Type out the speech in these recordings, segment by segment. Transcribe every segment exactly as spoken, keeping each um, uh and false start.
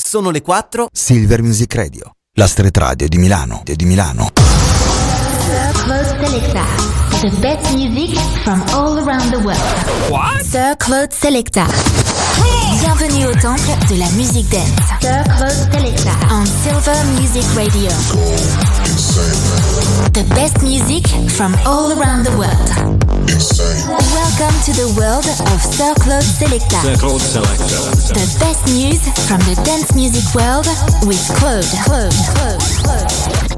Sono le quattro. Silver Music Radio, la street radio di Milano, di Milano. Sir Claude Selecta, the best music from all around the world. What? Sir Claude Selecta. Bienvenue au temple de la musique dance. Sir Claude Selecta on Silver Music Radio. The best music from all around the world. Welcome to the world of Sir Claude Selecta. Sir Claude Selecta. The best news from the dance music world with Claude. Claude. Claude. Claude.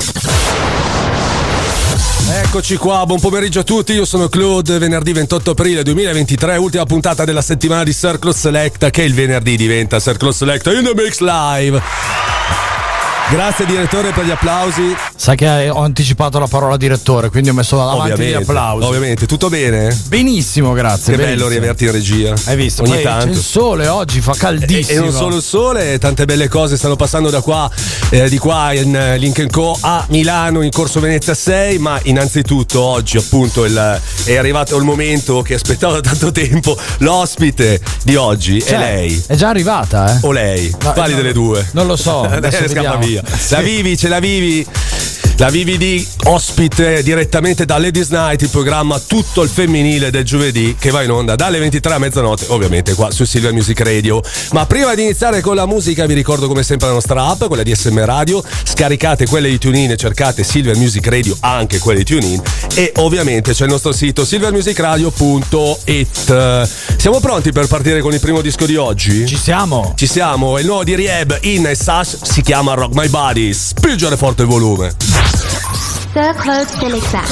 Eccoci qua, buon pomeriggio a tutti, io sono Claude, venerdì ventotto aprile duemilaventitré, ultima puntata della settimana di Sir Claude Selecta, che il venerdì diventa Sir Claude Selecta in the Mix Live. Grazie direttore per gli applausi. Sai che ho anticipato la parola direttore, quindi ho messo davanti ovviamente, gli applausi. Ovviamente, tutto bene? Benissimo, grazie. Che benissimo. bello riaverti in regia. Hai visto? Ogni Poi tanto. C'è il sole oggi, fa caldissimo. E, e non solo il sole, tante belle cose stanno passando da qua, eh, di qua in uh, Link and Co a Milano in Corso Venezia sei, ma innanzitutto oggi appunto il, è arrivato il momento che aspettavo da tanto tempo. L'ospite di oggi cioè, è lei. È già arrivata, eh? O lei? No, Quali no, delle due? Non lo so. Adesso scappa via. Sì. La vivi, ce la vivi? La vivi di ospite direttamente da Ladies Night, il programma tutto il femminile del giovedì che va in onda dalle ventitré a mezzanotte, ovviamente qua su Silver Music Radio. Ma prima di iniziare con la musica vi ricordo come sempre la nostra app, quella di S M Radio. Scaricate quelle di TuneIn e cercate Silver Music Radio, anche quelle di TuneIn. E ovviamente c'è il nostro sito silver music radio punto it. Siamo pronti per partire con il primo disco di oggi? Ci siamo. Ci siamo, il nuovo di Rehab, In e Sash, si chiama Rock My Body. Spingere forte il volume. Sir Claude Selecta.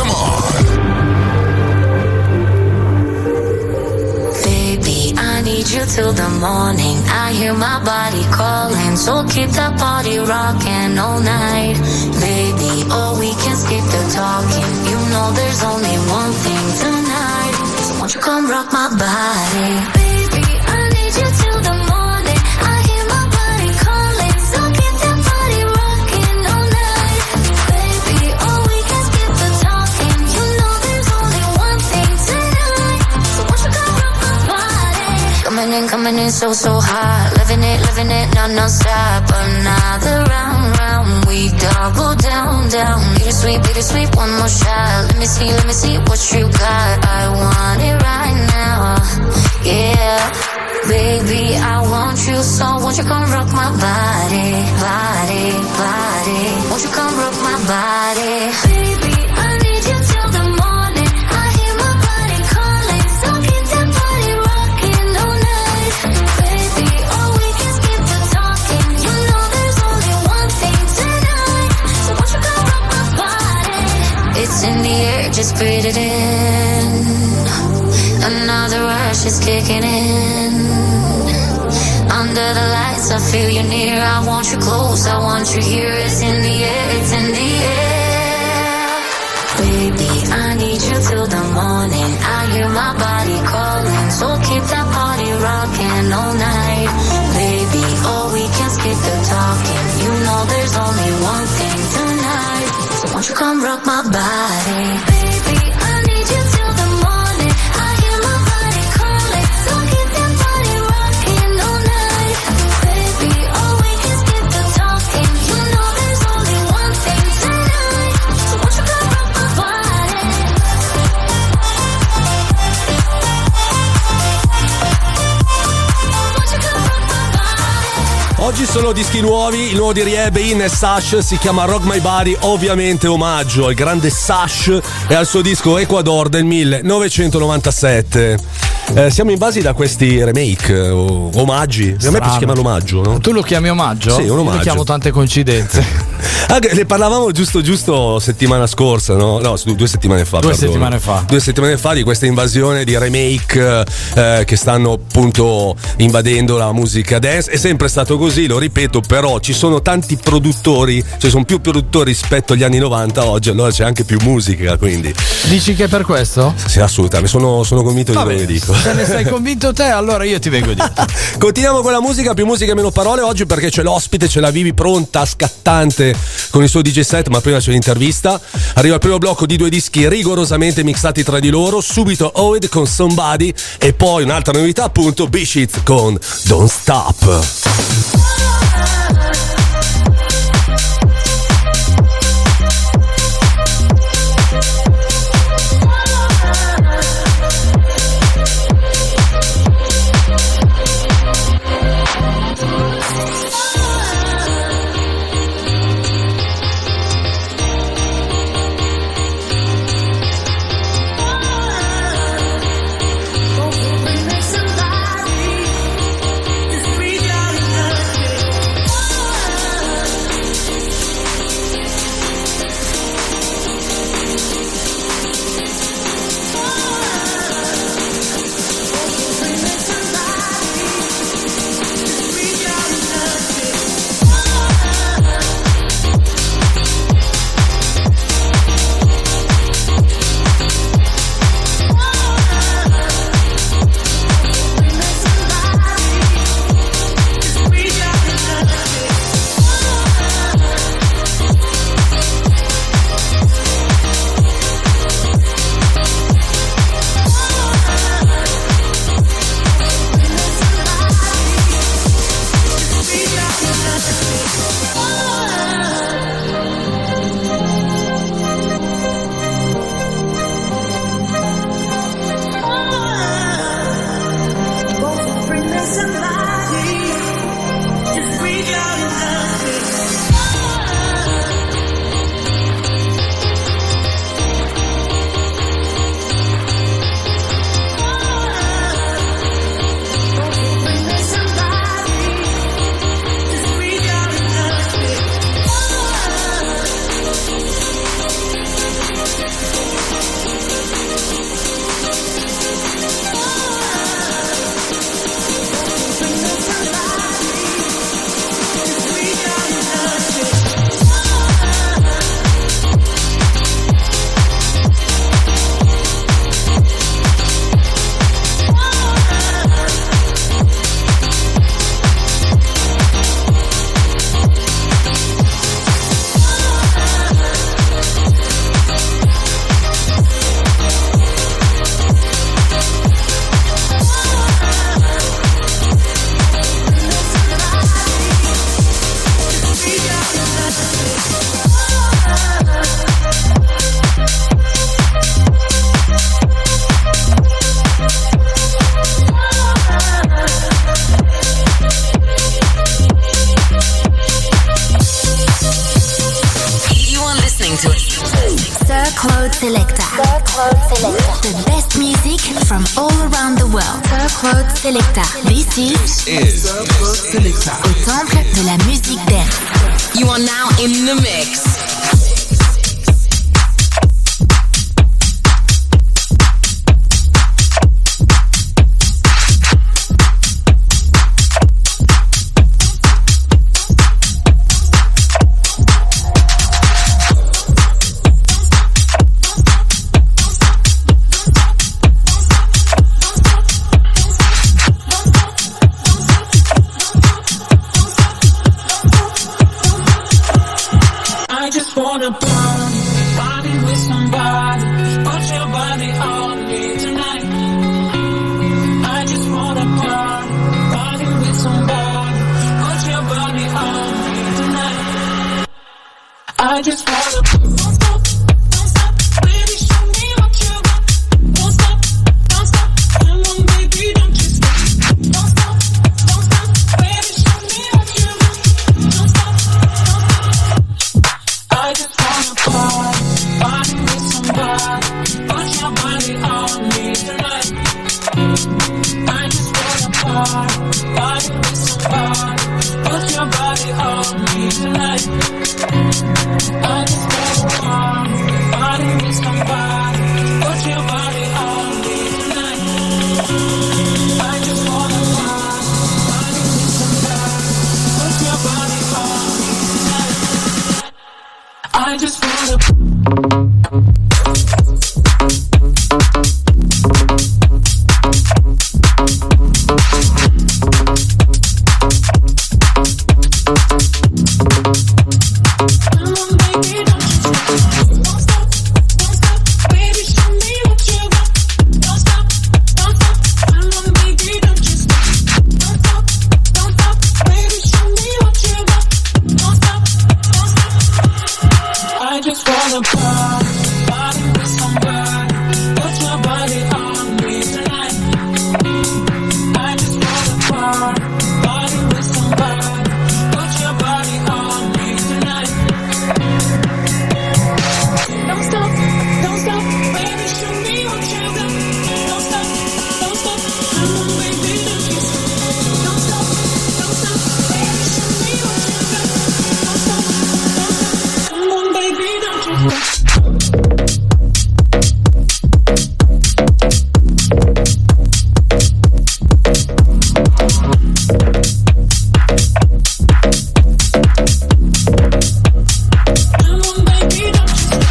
Baby, I need you till the morning. I hear my body calling, so keep that body rocking all night. Baby, oh, we can skip the talking. You know there's only one thing tonight. So won't you come rock my body? Baby, I need you till the morning. I hear my body calling, so keep that body rocking all night. Baby, oh, we can skip the talking. You know there's only one thing tonight. So won't you come rock my body? Coming in, coming in so, so hot. Living it, living it, non, non-stop. Another round, round. We double down, down. Bittersweet, bittersweet, one more shot. Let me see, let me see what you got. I want it right now. Yeah. Baby, I want you, so won't you come rock my body, body, body. Won't you come rock my body? Baby, I need you till the morning. I hear my body calling, so keep that body rocking all night. Baby, oh, we can skip the talking. You know there's only one thing tonight. So won't you come rock my body? It's in the air, just breathe it in. Another rush is kicking in. Under the lights, I feel you near. I want you close, I want you here. It's in the air, it's in the air. Baby, I need you till the morning. I hear my body calling, so keep that body rocking all night. Baby, oh, we can skip the talking. You know there's only one thing tonight. So won't you come rock my body? Baby, I need you till the morning. I hear my body calling, so keep that body rocking all night. Baby, oh, we can skip the talking. You know there's only one thing tonight. So won't you come rock my body? Won't you come rock my body? Oggi sono dischi nuovi, il nuovo di Rehab, In e Sash, si chiama Rock My Body, ovviamente omaggio al grande Sash e al suo disco Ecuador del millenovecentonovantasette. Eh, siamo invasi da questi remake, o omaggi. A me si chiama l'omaggio, no? Tu lo chiami omaggio? Sì, un omaggio. Io lo chiamo tante coincidenze. Anche, ne parlavamo giusto giusto settimana scorsa, no? No, due settimane fa. Due perdono. settimane fa. Due settimane fa di questa invasione di remake eh, che stanno appunto invadendo la musica dance. È sempre stato così, lo ripeto, però ci sono tanti produttori, cioè sono più produttori rispetto agli anni novanta oggi, allora c'è anche più musica, quindi. Dici che è per questo? Sì, assolutamente, sono, sono convinto di quello che dico. Se ne sei convinto te, allora io ti vengo dietro. Continuiamo con la musica, più musica meno parole oggi, perché c'è l'ospite, c'è la Vivi pronta, scattante con il suo D J set, ma prima c'è l'intervista. Arriva il primo blocco di due dischi rigorosamente mixati tra di loro, subito Oed con Somebody e poi un'altra novità appunto, B-Shit con Don't Stop. Claude Selecta. Sir Claude Selecta. The best music from all around the world. Sir Claude Selecta. This is, is Sir Claude Selecta. Au temple de la musique dance. You are now in the mix. Wanna party, party with somebody, put your body on me tonight. I just wanna party, party with somebody, put your body on me tonight. I just wanna don't stop, don't stop, baby, show me what you got. Don't stop, don't stop, come on, baby, don't you stop. Don't stop, don't stop, baby, show me what you got. Don't stop, don't stop. I just wanna party, party with somebody, put your body on me tonight. I just wanna party, party with somebody, put your body on me tonight. I just wanna party, party with somebody, put your body on me tonight. I just wanna party, party with somebody, put your body on me tonight. I just wanna come on, baby, don't you stop. Don't stop, don't stop, baby, show me what you got. Don't stop, don't stop, come on, baby, don't you stop. Don't stop, don't stop, baby, show me what you got. Don't stop, don't stop. I just wanna party, party with somebody, put your body on me tonight. I just wanna party, party with somebody, put your body on me tonight. Don't stop, don't stop, baby, show me what you got. Don't stop, don't stop, come on, baby, don't you stop. Don't stop, don't stop, baby, show me what you got. Don't stop, don't stop, come on, baby, don't you stop. Come on, baby, don't you stop.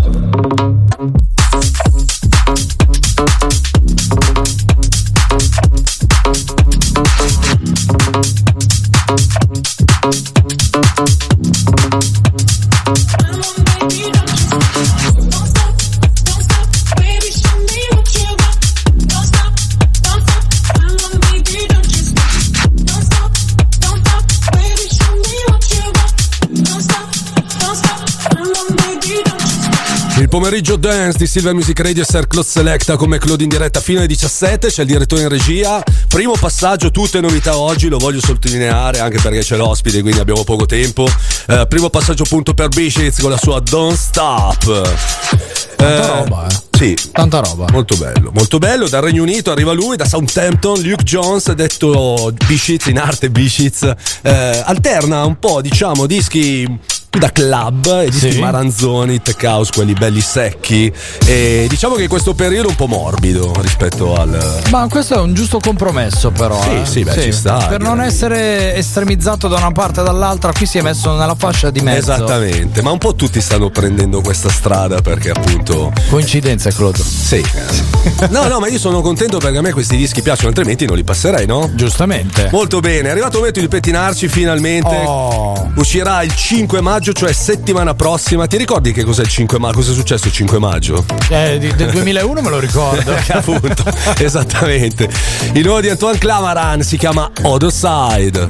Come on, baby, don't you stop. Don't stop, don't stop, baby, show me what you got. Don't stop, don't stop, come on, baby, don't you stop. Don't stop, don't stop, baby, show me what you got. Don't stop, don't stop, come on, baby, don't you stop. Il pomeriggio dance di Silver Music Radio e Sir Claude Selecta come Claude in diretta fino alle diciassette. C'è il direttore in regia. Primo passaggio, tutte novità oggi, lo voglio sottolineare anche perché c'è l'ospite, quindi abbiamo poco tempo. Eh, primo passaggio appunto per Bishitz con la sua Don't Stop. Tanta roba, eh. Sì, Tanta roba. molto bello, molto bello. Dal Regno Unito arriva lui, da Southampton, Luke Jones, detto Bishitz, in arte Bishitz. Eh, alterna un po', diciamo, dischi da club e dischi Sì. maranzoni, tech house, quelli belli secchi. E diciamo che questo periodo è un po' morbido rispetto al. Ma questo è un giusto compromesso, però. Sì, eh. sì, beh, ci sta, Per non direi. essere estremizzato da una parte e dall'altra, qui si è messo nella fascia di mezzo. Esattamente, ma un po' tutti stanno prendendo questa strada perché appunto. Coincidenza, Claude. Sì. No, no, ma io sono contento perché a me questi dischi piacciono, altrimenti non li passerei, no? Giustamente. Molto bene, è arrivato il momento di pettinarci finalmente. Oh. Uscirà il cinque maggio, cioè settimana prossima. Ti ricordi che cos'è il cinque maggio? Cosa è successo il cinque maggio? Eh, di- del duemilauno me lo ricordo. Appunto, esattamente. Il nuovo di Antoine Clamaran si chiama Other Side.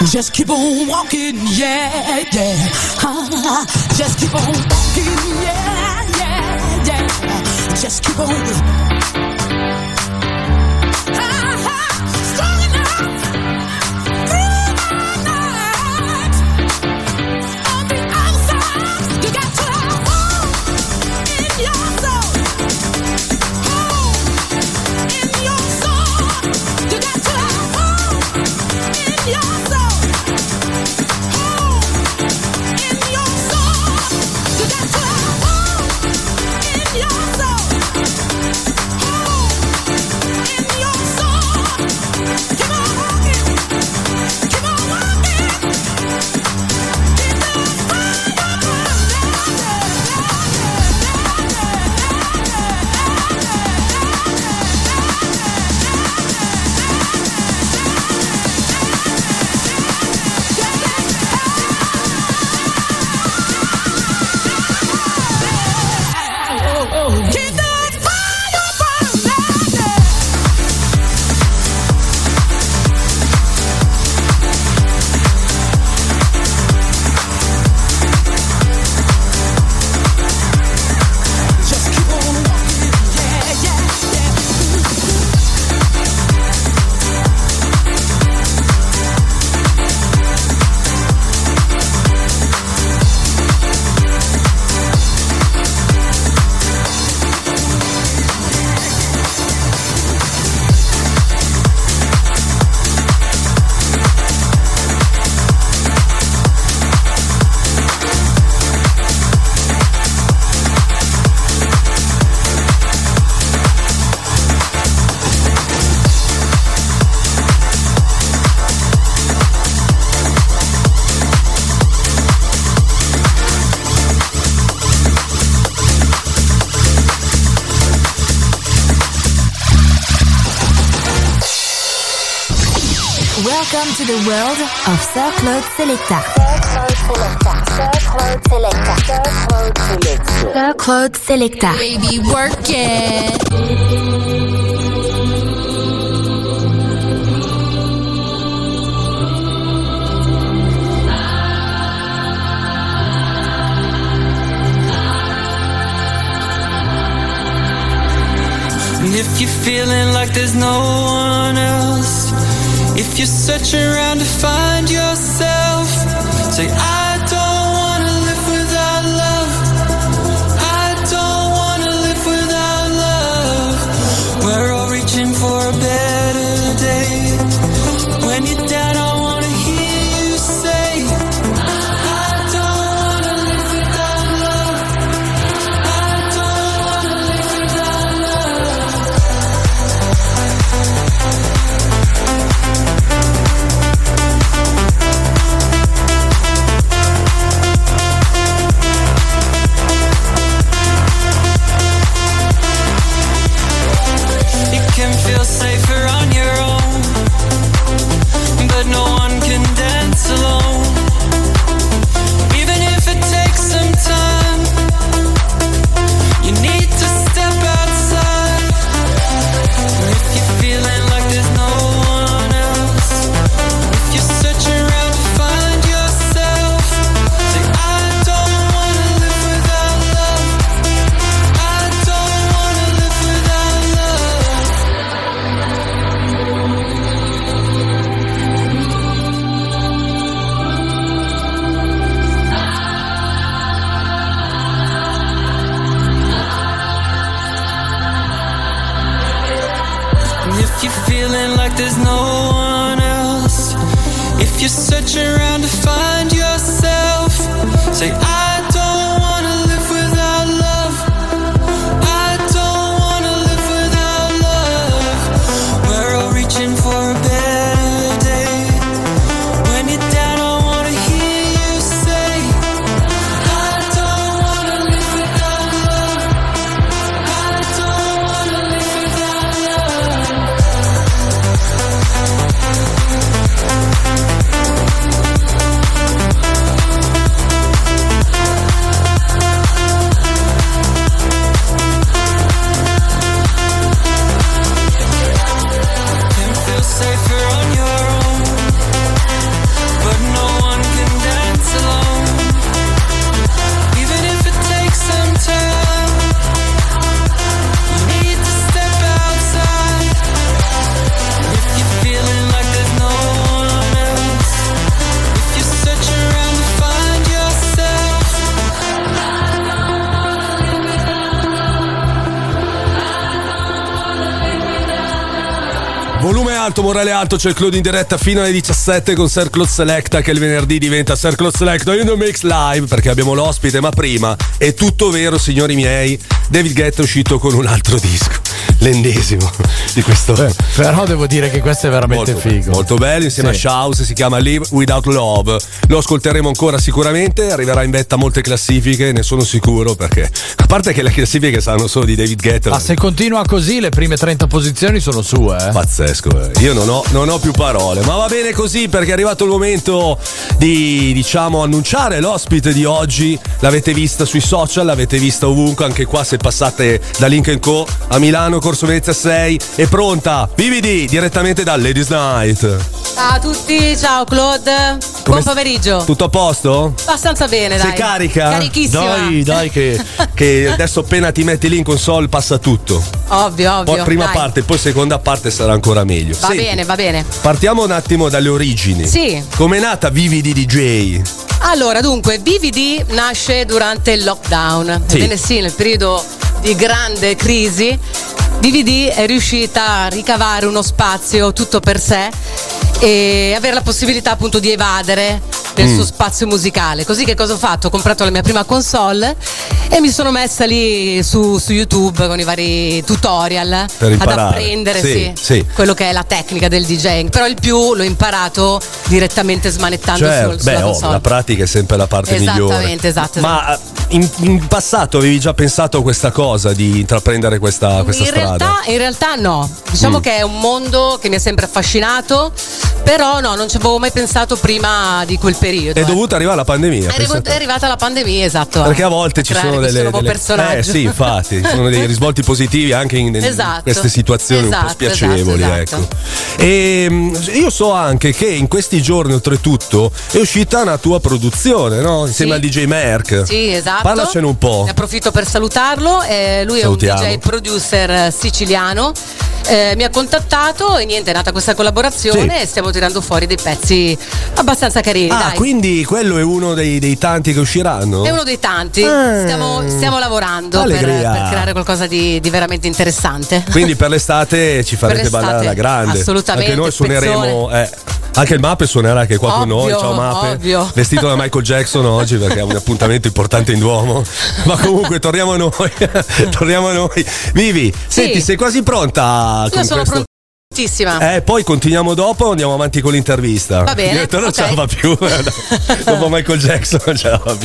Just keep on walking, yeah, yeah. Uh, just keep on walking, yeah, yeah, yeah. Just keep on. Uh, strong enough through the night. On the outside, you got to have hope in your soul. Hope in your soul. You got to have hope in your soul. Welcome to the world of Sir Claude Selecta. Sir Claude Selecta. Sir Claude Selecta. Sir Claude Selecta. Baby, work it. And if you're feeling like there's no one else, if you're searching around to find yourself, say I don't wanna live without love. I don't wanna live without love. We're all reaching for a better day. When you're down, I wanna hear you say I don't wanna live without love. I don't wanna live without love. Volume alto, morale alto, c'è il Claude in diretta fino alle diciassette con Sir Claude Selecta, che il venerdì diventa Sir Claude Selecta in the Mix Live, perché abbiamo l'ospite. Ma prima, è tutto vero, signori miei, David Guetta è uscito con un altro disco, l'ennesimo di questo. Beh, però devo dire che questo è veramente molto, figo. Molto bello, insieme sì. a Shouse, si chiama Live Without Love. Lo ascolteremo ancora sicuramente, arriverà in vetta a molte classifiche, ne sono sicuro, perché a parte che le classifiche saranno solo di David Guetta. Ma se continua così, le prime trenta posizioni sono sue, eh. Pazzesco, eh. Io non ho, non ho più parole, ma va bene così, perché è arrivato il momento di, diciamo, annunciare l'ospite di oggi. L'avete vista sui social, l'avete vista ovunque, anche qua se passate da Link and Co a Milano, Corso Venezia sei, è pronta, V V D, direttamente da Ladies Night. Ciao a tutti, ciao Claude, Come buon pomeriggio. Tutto a posto? Abbastanza bene, dai. Sei carica? Carichissima. Dai, dai, che, che adesso appena ti metti lì in console passa tutto. Ovvio, ovvio. Poi prima dai. parte, poi seconda parte sarà ancora meglio. Va Senti, bene, va bene. partiamo un attimo dalle origini. Sì. Com'è nata V V D D J? Allora, dunque, V V D nasce durante il lockdown. Sì. Ebbene sì, nel periodo di grande crisi, V V D è riuscita a ricavare uno spazio tutto per sé e avere la possibilità appunto di evadere nel Mm. suo spazio musicale. Così che cosa ho fatto? Ho comprato la mia prima console e mi sono messa lì su, su YouTube con i vari tutorial Per imparare. ad apprendere Sì, sì, sì. quello che è la tecnica del DJing. Però il più l'ho imparato direttamente smanettando Cioè, sul, sulla beh, oh, console. la pratica è sempre la parte migliore. Esattamente, esatto, Ma in, in passato avevi già pensato a questa cosa di intraprendere questa, questa in strada? realtà, in realtà no, diciamo Mm. che è un mondo che mi ha sempre affascinato, però no, non ci avevo mai pensato prima di quel periodo. È eh. dovuta arrivare la pandemia. È, pensa arrivo- te. è arrivata la pandemia, esatto. Perché a volte ci creare sono questo delle, nuovo delle personaggio. Eh sì, infatti, ci sono dei risvolti positivi anche in, in Esatto. queste situazioni un po' Esatto, spiacevoli, esatto, ecco. esatto. E mh, io so anche che in questi giorni, oltretutto, è uscita una tua produzione, no? Insieme Sì. al D J Merck. Sì, esatto. Parlacene un po'. Ne approfitto per salutarlo. eh, lui Salutiamo. è un D J producer eh, siciliano. Eh, mi ha contattato e niente, è nata questa collaborazione Sì. e stiamo tirando fuori dei pezzi abbastanza carini. Ah, dai. quindi quello è uno dei, dei tanti che usciranno? È uno dei tanti. Ah. Stiamo, stiamo lavorando per, Allegria. per creare qualcosa di, di veramente interessante. Quindi per l'estate ci farete Per l'estate, ballare alla grande. assolutamente, Anche noi suoneremo. spezzone. eh, anche il Mappe suonerà che è qua con Ovvio, noi. Ciao Mappe. ovvio. Vestito da Michael Jackson oggi perché è un appuntamento importante in Duomo. Ma comunque torniamo a noi. torniamo a noi. Vivi, senti, sei quasi pronta Io con sono questo. prontissima. Eh, poi continuiamo dopo, andiamo avanti con l'intervista. Va bene, Il direttore non ok. ce la fa più. Dopo Michael Jackson non ce la fa più.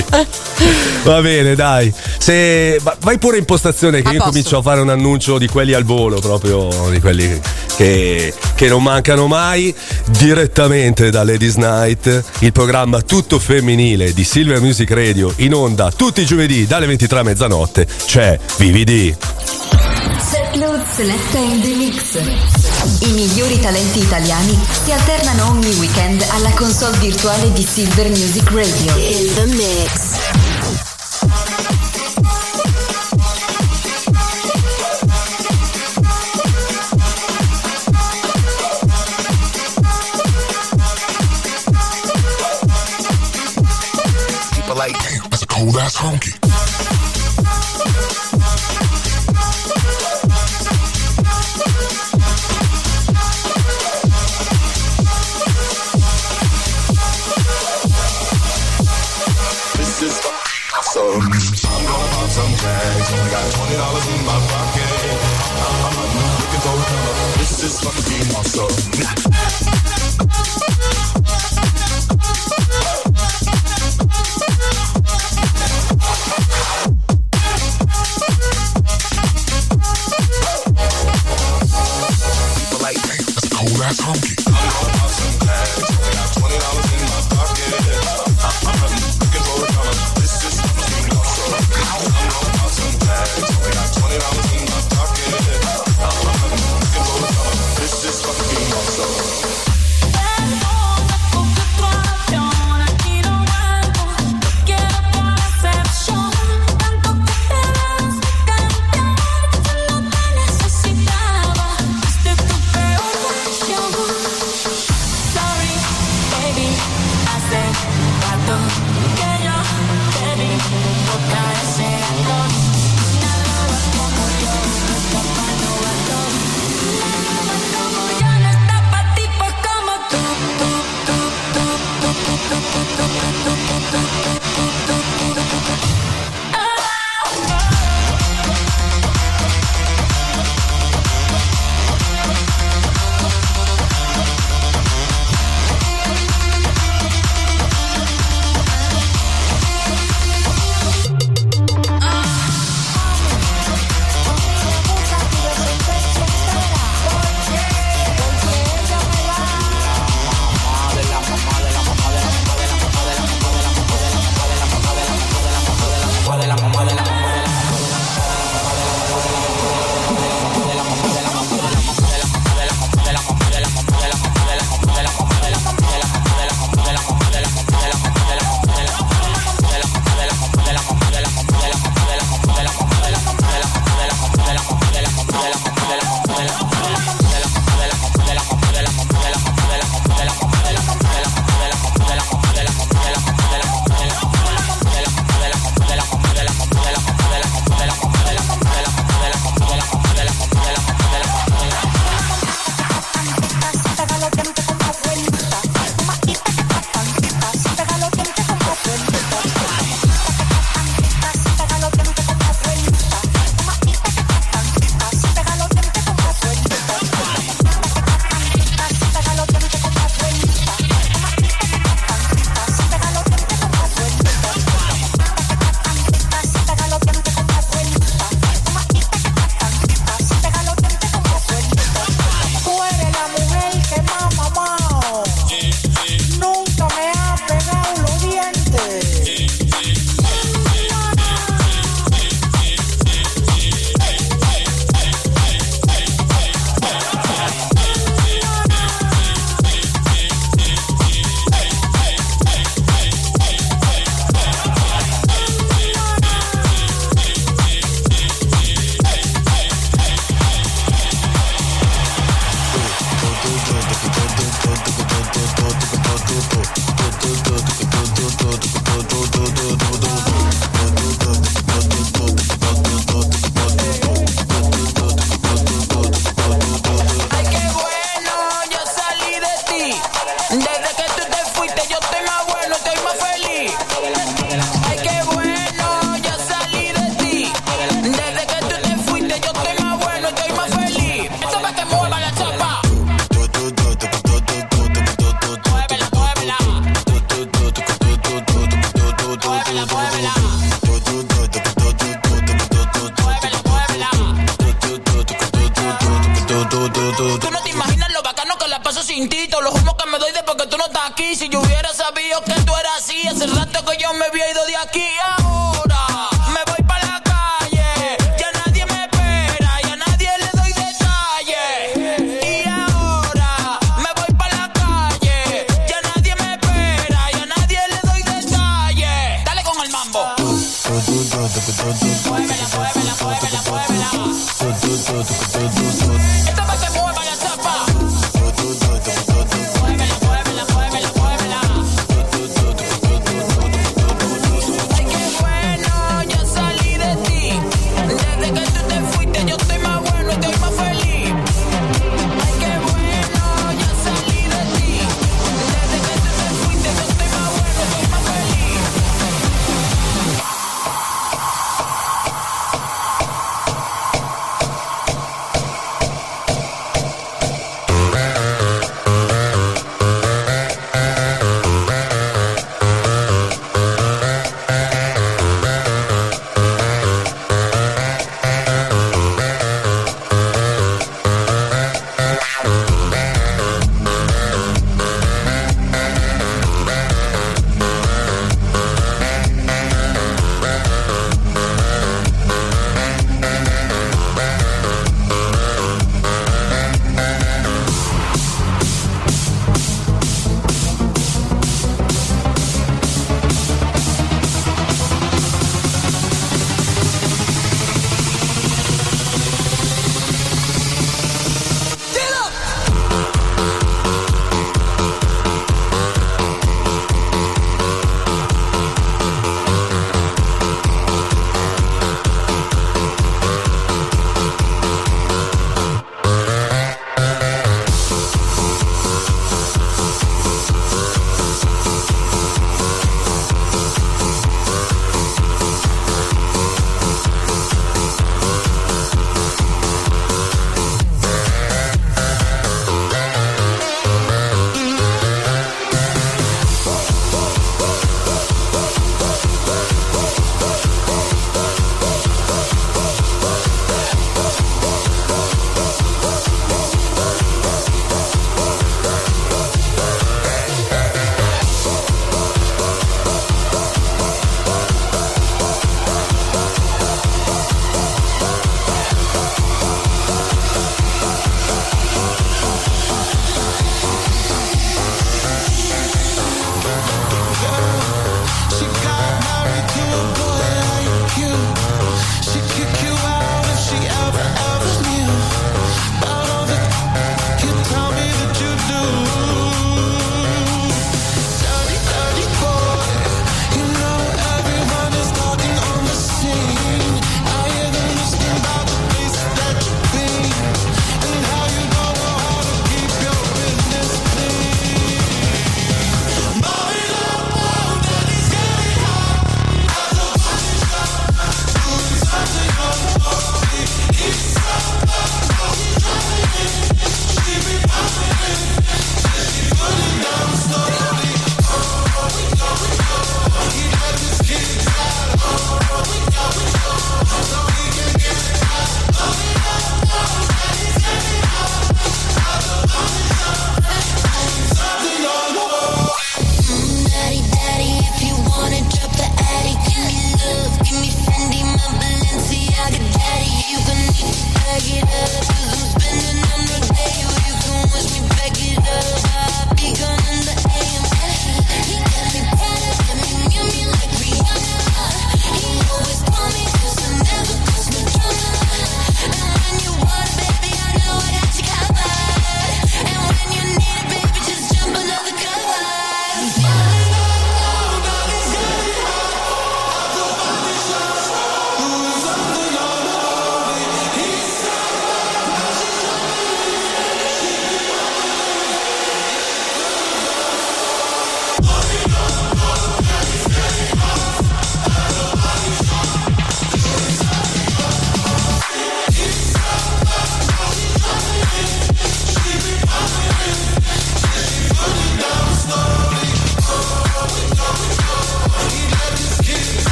Va bene, dai. Se va- vai pure in postazione che A io posto. comincio a fare un annuncio di quelli al volo, proprio di quelli che, che non mancano mai. Direttamente da Ladies Night, il programma tutto femminile di Silver Music Radio, in onda tutti i giovedì dalle ventitré a mezzanotte. C'è V V D. Sir Claude Selecta in the Mix. I migliori talenti italiani si alternano ogni weekend alla console virtuale di Silver Music Radio. In the Mix. People like, damn, that's a cold ass honky. This is awesome. I'm gonna pop some tags. Only got twenty dollars in my pocket. I'm looking for a come up. This is fucking awesome. People like, damn, that's a cold ass honky. I'm gonna pop some tags. Only got twenty dollars in my pocket. I'm looking for a come up. This is fucking awesome. I'm gonna pop some tags. Only got twenty dollars in my pocket. I'm looking for a come up. This is fucking awesome. me había ido de aquí ahora. Me voy pa' la calle, ya nadie me espera, ya nadie le doy detalles. Y ahora me voy pa' la calle, ya nadie me espera, ya nadie le doy detalles. Dale con el mambo. Muévela, muévela, muévela, muévela. Esta pa' que mueva la chapa. Muévela, muévela, muévela, muévela. Ay, qué bueno, yo salí de ti. Desde que tú te fuiste, yo estoy más bueno, estoy más feliz. Ay, qué bueno, yo salí de ti. Desde que tú te fuiste, yo estoy más bueno, estoy más feliz.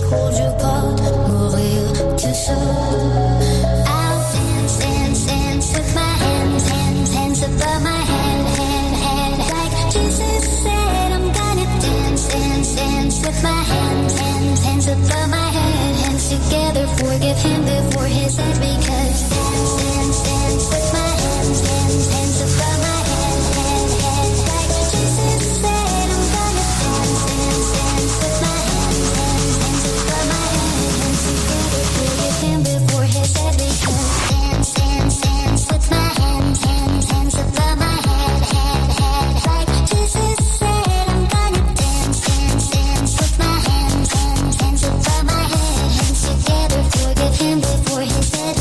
hold you apart, mourir tout seul. I'll dance, dance, dance with my hands, hands, hands above my head, head, head. Like Jesus said, I'm gonna dance, dance, dance with my hands, hands, hands above my head, hands together. Forgive him before his head, because dance, dance, dance with my hands, hands, hands above my head, head, head. Like Jesus said, I'm gonna dance, dance, dance with my hands, hands, hands above my head, hands together. Forgive him before his head, because dance, dance, dance with my hands, hands, hands above my head, head, head. Like Jesus said, I'm gonna dance, dance, dance with my hands, hands, hands above my head, hands together. Forgive him before his head,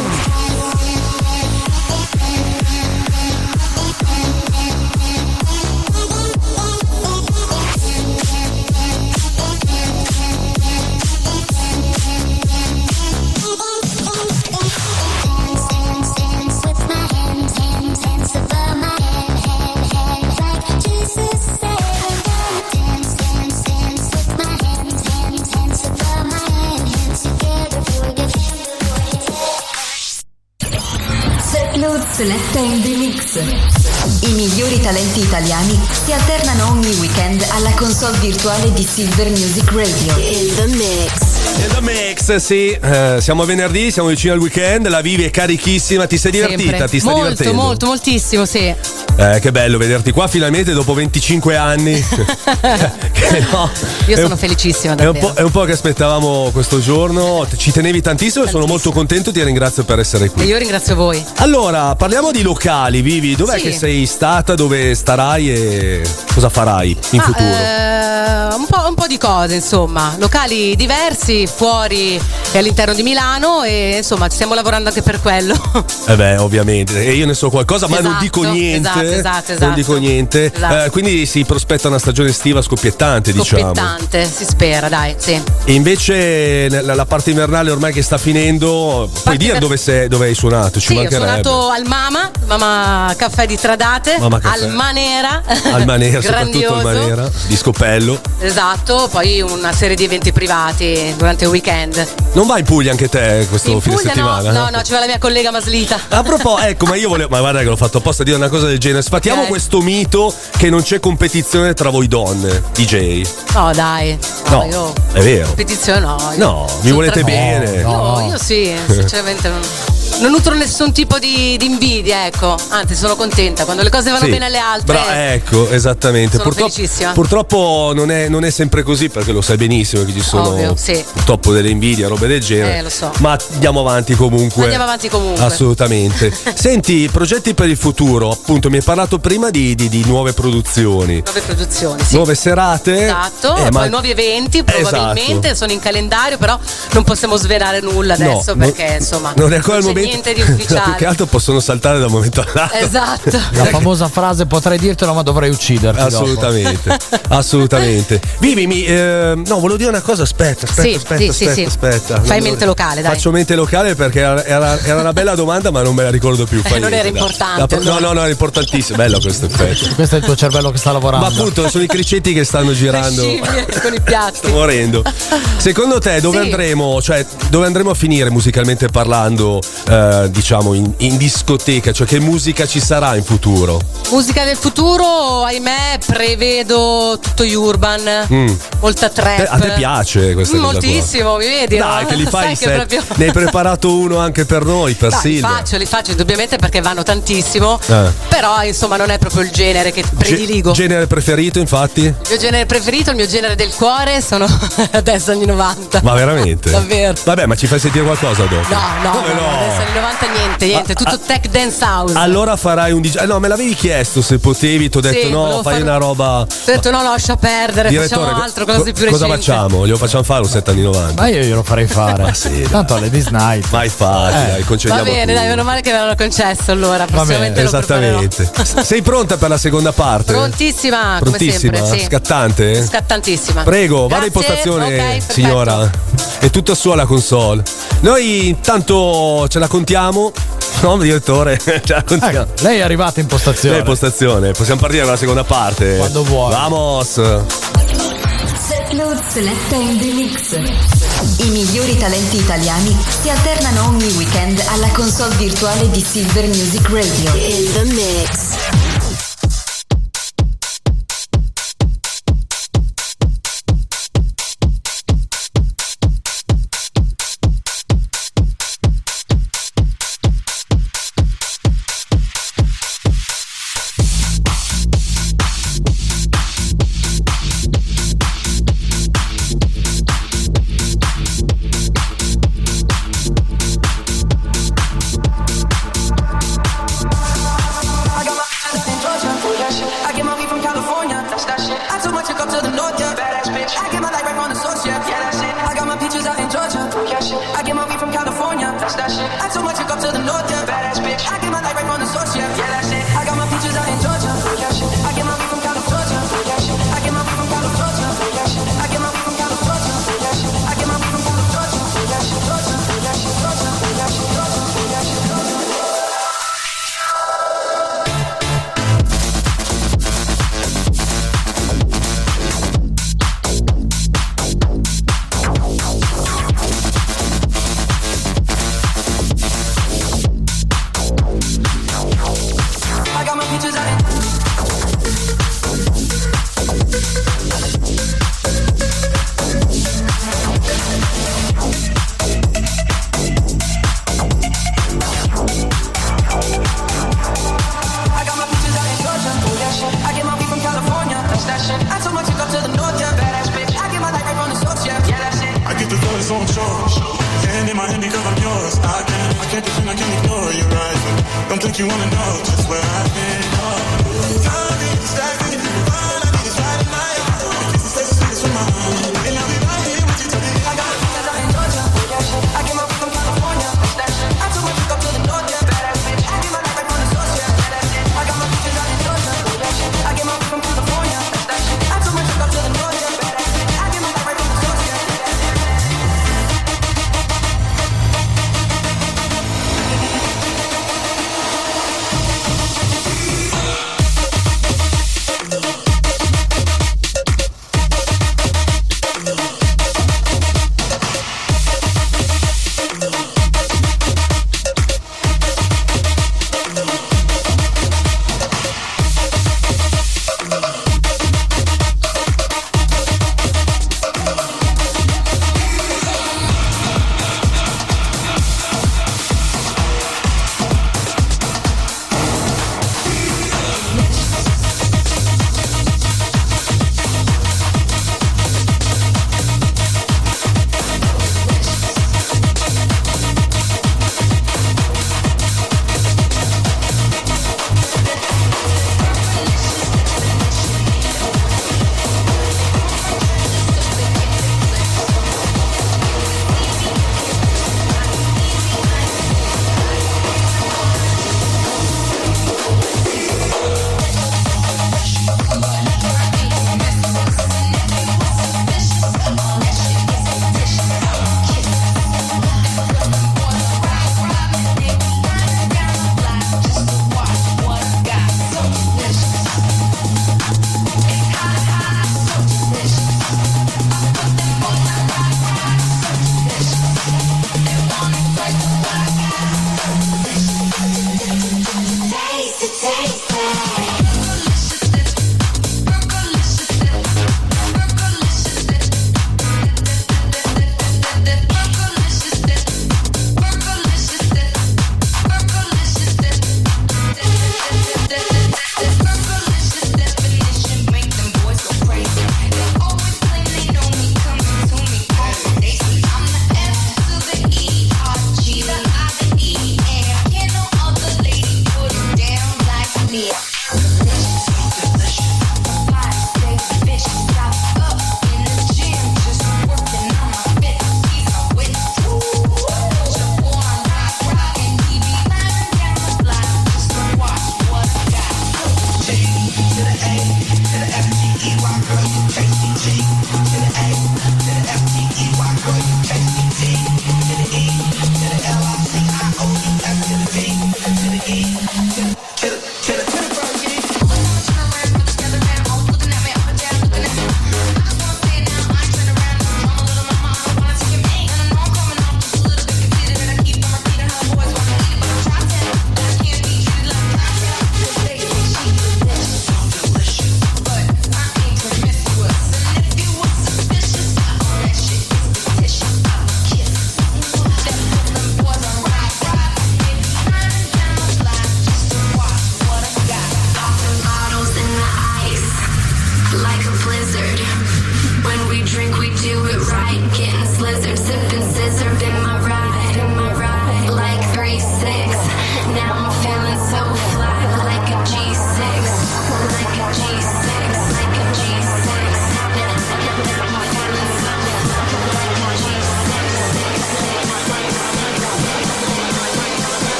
Seletta in the Mix. I migliori talenti italiani si alternano ogni weekend alla console virtuale di Silver Music Radio. In the Mix. In the Mix, sì, eh, siamo a venerdì, siamo vicino al weekend, la Vivi è carichissima, ti sei divertita? Sempre. Ti stai molto, divertendo? molto, moltissimo, sì. Eh, che bello vederti qua finalmente dopo venticinque anni. Che no, Io è sono un- felicissima, È un, davvero. po', è un po' che aspettavamo questo giorno, ci tenevi tantissimo e sono molto contento, ti ringrazio per essere E qui. io ringrazio voi. Allora, parliamo di locali, Vivi, dov'è Sì. che sei stata, dove starai e cosa farai in Ma, futuro? eh, un, po', un po' di cose, insomma, locali diversi, fuori e all'interno di Milano, e insomma ci stiamo lavorando anche per quello. Eh beh, ovviamente, e io ne so qualcosa, ma non Esatto, dico niente. esatto, esatto, esatto. Non dico niente. Esatto. Eh, quindi si prospetta una stagione estiva scoppiettante, diciamo. Scoppiettante, si spera, dai, sì. E invece nella- la parte invernale ormai che sta finendo, puoi dire inver- dove, sei, dove hai suonato? Ci Sì, ho mancherebbe. suonato al Mama, Mama Caffè di Tradate, Mama Caffè. al Manera, Al Manera, soprattutto grandioso. al Manera, di Scopello. Esatto, poi una serie di eventi privati durante il weekend. Non vai in Puglia anche te questo In fine Puglia settimana? no, no, no, ci va la mia collega Maslita. A proposito, ecco, ma io volevo. Ma guarda che l'ho fatto apposta a dire una cosa del genere. Sfatiamo Ok. questo mito che non c'è competizione tra voi donne, D J. No, dai. No, io è vero. competizione no. io No, mi sono volete tranquilla. bene. Io, io sì, sinceramente non, non nutro nessun tipo di, di invidia, ecco. Anzi, sono contenta. Quando le cose vanno Sì. bene alle altre. Bra- ecco, esattamente. Sono Purtroppo, felicissima. purtroppo non, è, non è sempre così, perché lo sai benissimo che ci sono Ovvio, sì. purtroppo delle invidie, robe del genere. Eh, lo so. Ma andiamo avanti comunque. Andiamo avanti comunque. Assolutamente. Senti, progetti per il futuro. Appunto, mi hai parlato prima di, di- di nuove produzioni. Nuove produzioni, sì. Nuove serate. Esatto, Eh, poi ma- nuovi eventi probabilmente Esatto. sono in calendario, però non possiamo svelare nulla adesso No, perché non- insomma non è ancora non il c'è momento. niente di No, più che ufficiale. altro possono saltare da un momento all'altro. Esatto. La famosa frase potrei dirtelo ma dovrei ucciderti. Assolutamente, assolutamente. Vivi, mi, eh, no, volevo dire una cosa. Aspetta, aspetta, Sì, aspetta, sì, sì, aspetta, sì. aspetta. Fai Non- mente locale, dai. Faccio mente locale perché era, era- era una bella domanda, ma non me la ricordo più. Fai Eh, non niente, era dai. importante, La pro- no, allora. no, no, era importantissimo. Bello questo effetto. Questo è il tuo cervello che sta lavorando. Ma appunto, sono i cricetti che stanno girando. Le scimmie con i piatti. Sto morendo. Secondo te dove Sì. andremo? Cioè, dove andremo a finire musicalmente parlando? eh, diciamo in, in discoteca? Cioè, che musica ci sarà in futuro? Musica del futuro, ahimè, prevedo tutto urban, Mm. molta trap. Te- a te piace questa Mm, cosa qua? Moltissimo, mi vedi? Dai, no? che li fai Sai i che set. proprio... Ne hai preparato uno anche per noi, per Dai, li Silvia. faccio, li faccio indubbiamente perché vanno tantissimo, Eh. però insomma non è proprio il genere che Ge- prediligo. genere preferito, infatti? Il mio genere preferito, il mio genere del cuore sono adesso anni novanta. Ma veramente? Davvero. Vabbè, ma ci fai sentire qualcosa dopo? No, no, Come no, no? adesso anni novanta niente, niente, tutto ah, tech dance house. Allora farai un D J. Eh, no, me l'avevi chiesto se potevi, ti ho detto Sì, no, volevo fai fare- una roba. Ho detto no, lascia perdere, Direttore, facciamo altro, cose co- più recenti. cosa facciamo? Glielo facciamo fare un set anni novanta? Ma io glielo farei fare. sì, Tanto alle Ladies Night. Mai fatti, Eh. dai, Va concediamo bene, tutto. dai, meno male che ve l'hanno concesso allora, prossimamente lo preparerò. Esattamente. Sei pronta per la seconda parte? Prontissima, Prontissima? come sempre, sì. Scattante? Scattantissima. Prego, vada in Grazie, postazione, ok, perfetto. signora. È tutta sua la console. Noi intanto ce la contiamo. No, direttore, ce la contiamo. Ecco, lei è arrivata in postazione. Lei è in postazione. Possiamo partire con la seconda parte. Quando vuoi. Vamos. Set Load Seletta in the Mix. talenti italiani si alternano ogni weekend alla console virtuale di Silver Music Radio. In the mix.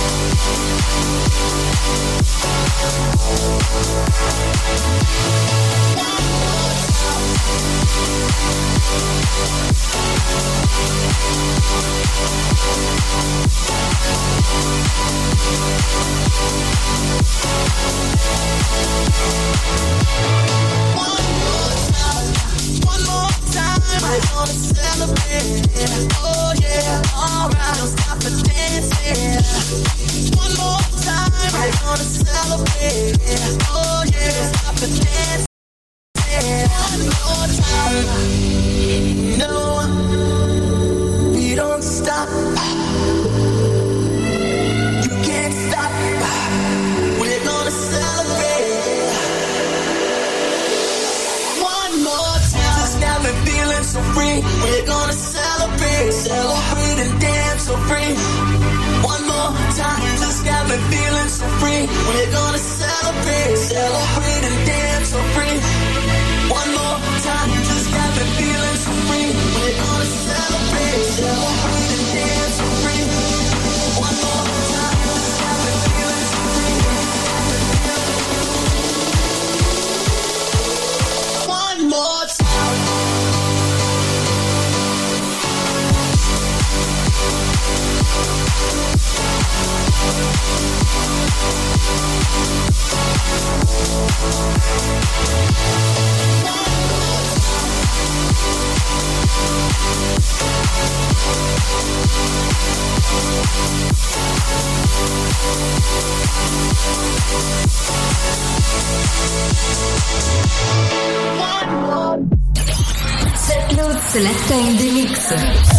Selecta in the Mix.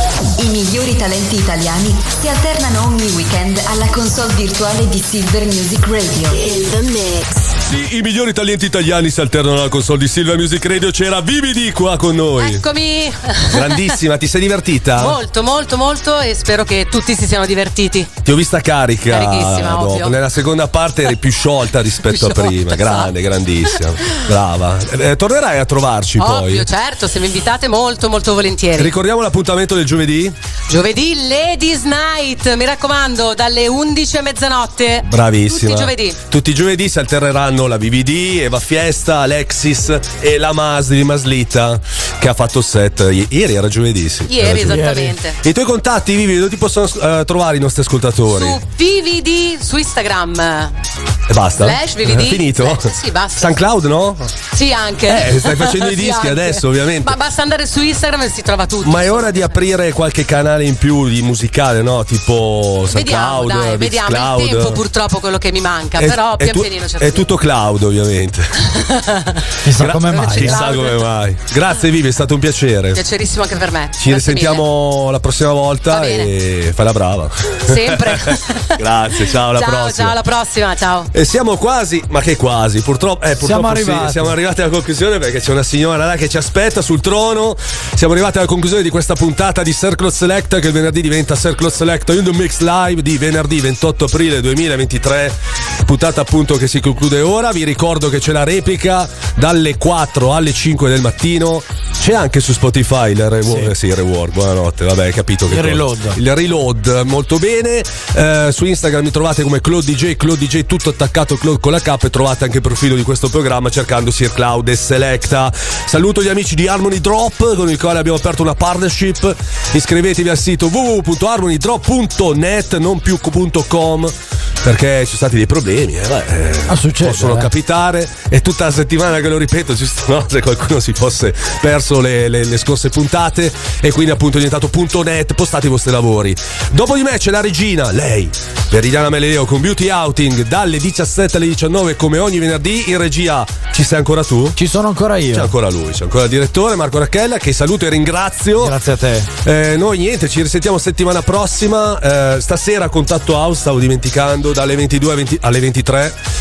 I migliori talenti italiani si alternano ogni weekend alla console virtuale di Silver Music Radio. In the Mix. Sì, i migliori talenti italiani si alternano alla console di Silver Music Radio. C'era Vividi qua con noi. Eccomi. Grandissima, ti sei divertita? Molto, molto, molto, e spero che tutti si siano divertiti. Ti ho vista carica. Carichissima, dopo. ovvio. Nella seconda parte eri più sciolta rispetto Più sciolta, a prima. Grande, grandissima. Brava. Eh, tornerai a trovarci Ovvio, poi. certo, se mi invitate molto, molto volentieri. Ricordiamo l'appuntamento del giovedì? Giovedì Ladies Night, mi raccomando, dalle undici a mezzanotte. Bravissima. Tutti i giovedì. Tutti i giovedì si alterneranno la V V D, Eva Fiesta, Alexis e la Masli di Maslita che ha fatto il set i- ieri, era giovedì, sì. Ieri, Era giovedì. esattamente. I tuoi contatti, Vivi, dove ti possono eh, trovare i nostri ascoltatori? Su V V D su Instagram. E basta? Slash V V D. È finito? Slash- sì, basta. SoundCloud, no? Sì, anche. Eh, stai facendo i Sì, dischi anche. adesso, ovviamente. Ma basta andare su Instagram e si trova tutto. Ma è ora di aprire qualche canale in più di musicale, no? Tipo Vediamo, SoundCloud, dai, vediamo. Mixcloud. Il tempo purtroppo quello che mi manca, È- però è pian tu- pianino cerco È di- tutto cloud, ovviamente. Chissà Gra- come mai. Chissà come mai. Grazie, Vivi, è stato un piacere. Piacerissimo anche per me. Ci Grazie risentiamo la prossima volta Va bene. e fai la brava. Sempre. Grazie, ciao, alla ciao, prossima. ciao, alla prossima, ciao. E siamo quasi, ma che quasi, purtroppo, eh, purtroppo Siamo sì, arrivati. siamo arrivati alla conclusione perché c'è una signora là che ci aspetta sul trono. Siamo arrivati alla conclusione di questa puntata di Circle Select, che il venerdì diventa Circle Select in the Mix Live di venerdì ventotto aprile duemilaventitré. Puntata appunto che si conclude ora. Vi ricordo che c'è la replica dalle quattro alle cinque del mattino. C'è anche su Spotify il rework. Sì, il rework. Buonanotte, vabbè, hai capito che Il cosa. reload. Il reload, molto bene. Eh, su Instagram mi trovate come Claude D J, Claude D J tutto attaccato, Claude con la K, e trovate anche il profilo di questo programma cercando Sir Cloud e Selecta. Saluto gli amici di Harmony Drop con i quali abbiamo aperto una partnership. Iscrivetevi al sito w w w punto harmony drop punto net, non più punto com, perché ci sono stati dei problemi, eh, beh, eh, Ah, succede, possono eh. capitare. È tutta la settimana che lo ripeto, giusto, no? Se qualcuno si fosse perso le, le, le scorse puntate, e quindi appunto è diventato punto net. Postate i vostri lavori. Dopo di me c'è la regina, lei, Veridiana Meleleo, con Beauty Outing dalle diciassette alle diciannove come ogni venerdì. In regia ci sei ancora tu? Ci sono ancora io. C'è ancora lui, c'è ancora il direttore Marco Racchella, che saluto e ringrazio. Grazie a te. Eh, noi niente, ci risentiamo settimana prossima. Eh, stasera Contatto House, stavo dimenticando, dalle ventidue alle venti alle ventitré.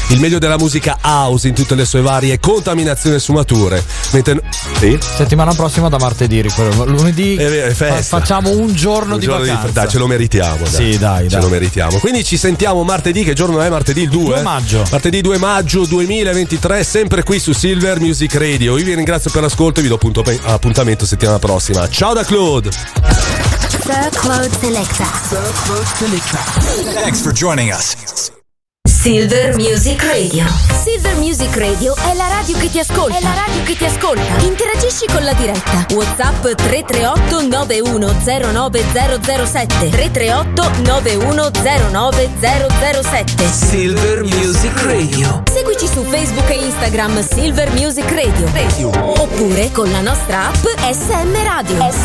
il meglio della musica house in tutte le sue varie contaminazioni e sfumature. Mentre sì? Settimana prossima da martedì, ricordo. Lunedì è, è fa- facciamo un giorno un di giorno vacanza. Di, dai, ce lo meritiamo. Dai. Sì, dai, ce dai. lo meritiamo. Quindi ci sentiamo martedì. Che giorno è martedì? Il due? due maggio. Martedì due maggio duemilaventitré, sempre qui su Silver Music Radio. Io vi ringrazio per l'ascolto e vi do appunto, appuntamento settimana prossima. Ciao da Claude. Sir Claude Selecta. Sir Claude Selecta. Thanks for joining us. Silver Music Radio. Silver Music Radio è la radio che ti ascolta. È la radio che ti ascolta. Interagisci con la diretta. WhatsApp tre tre otto nove uno zero nove zero zero sette. tre tre otto nove uno zero nove zero zero sette. Silver Music Radio. Seguici su Facebook e Instagram Silver Music Radio. Radio. Oppure con la nostra app S M Radio.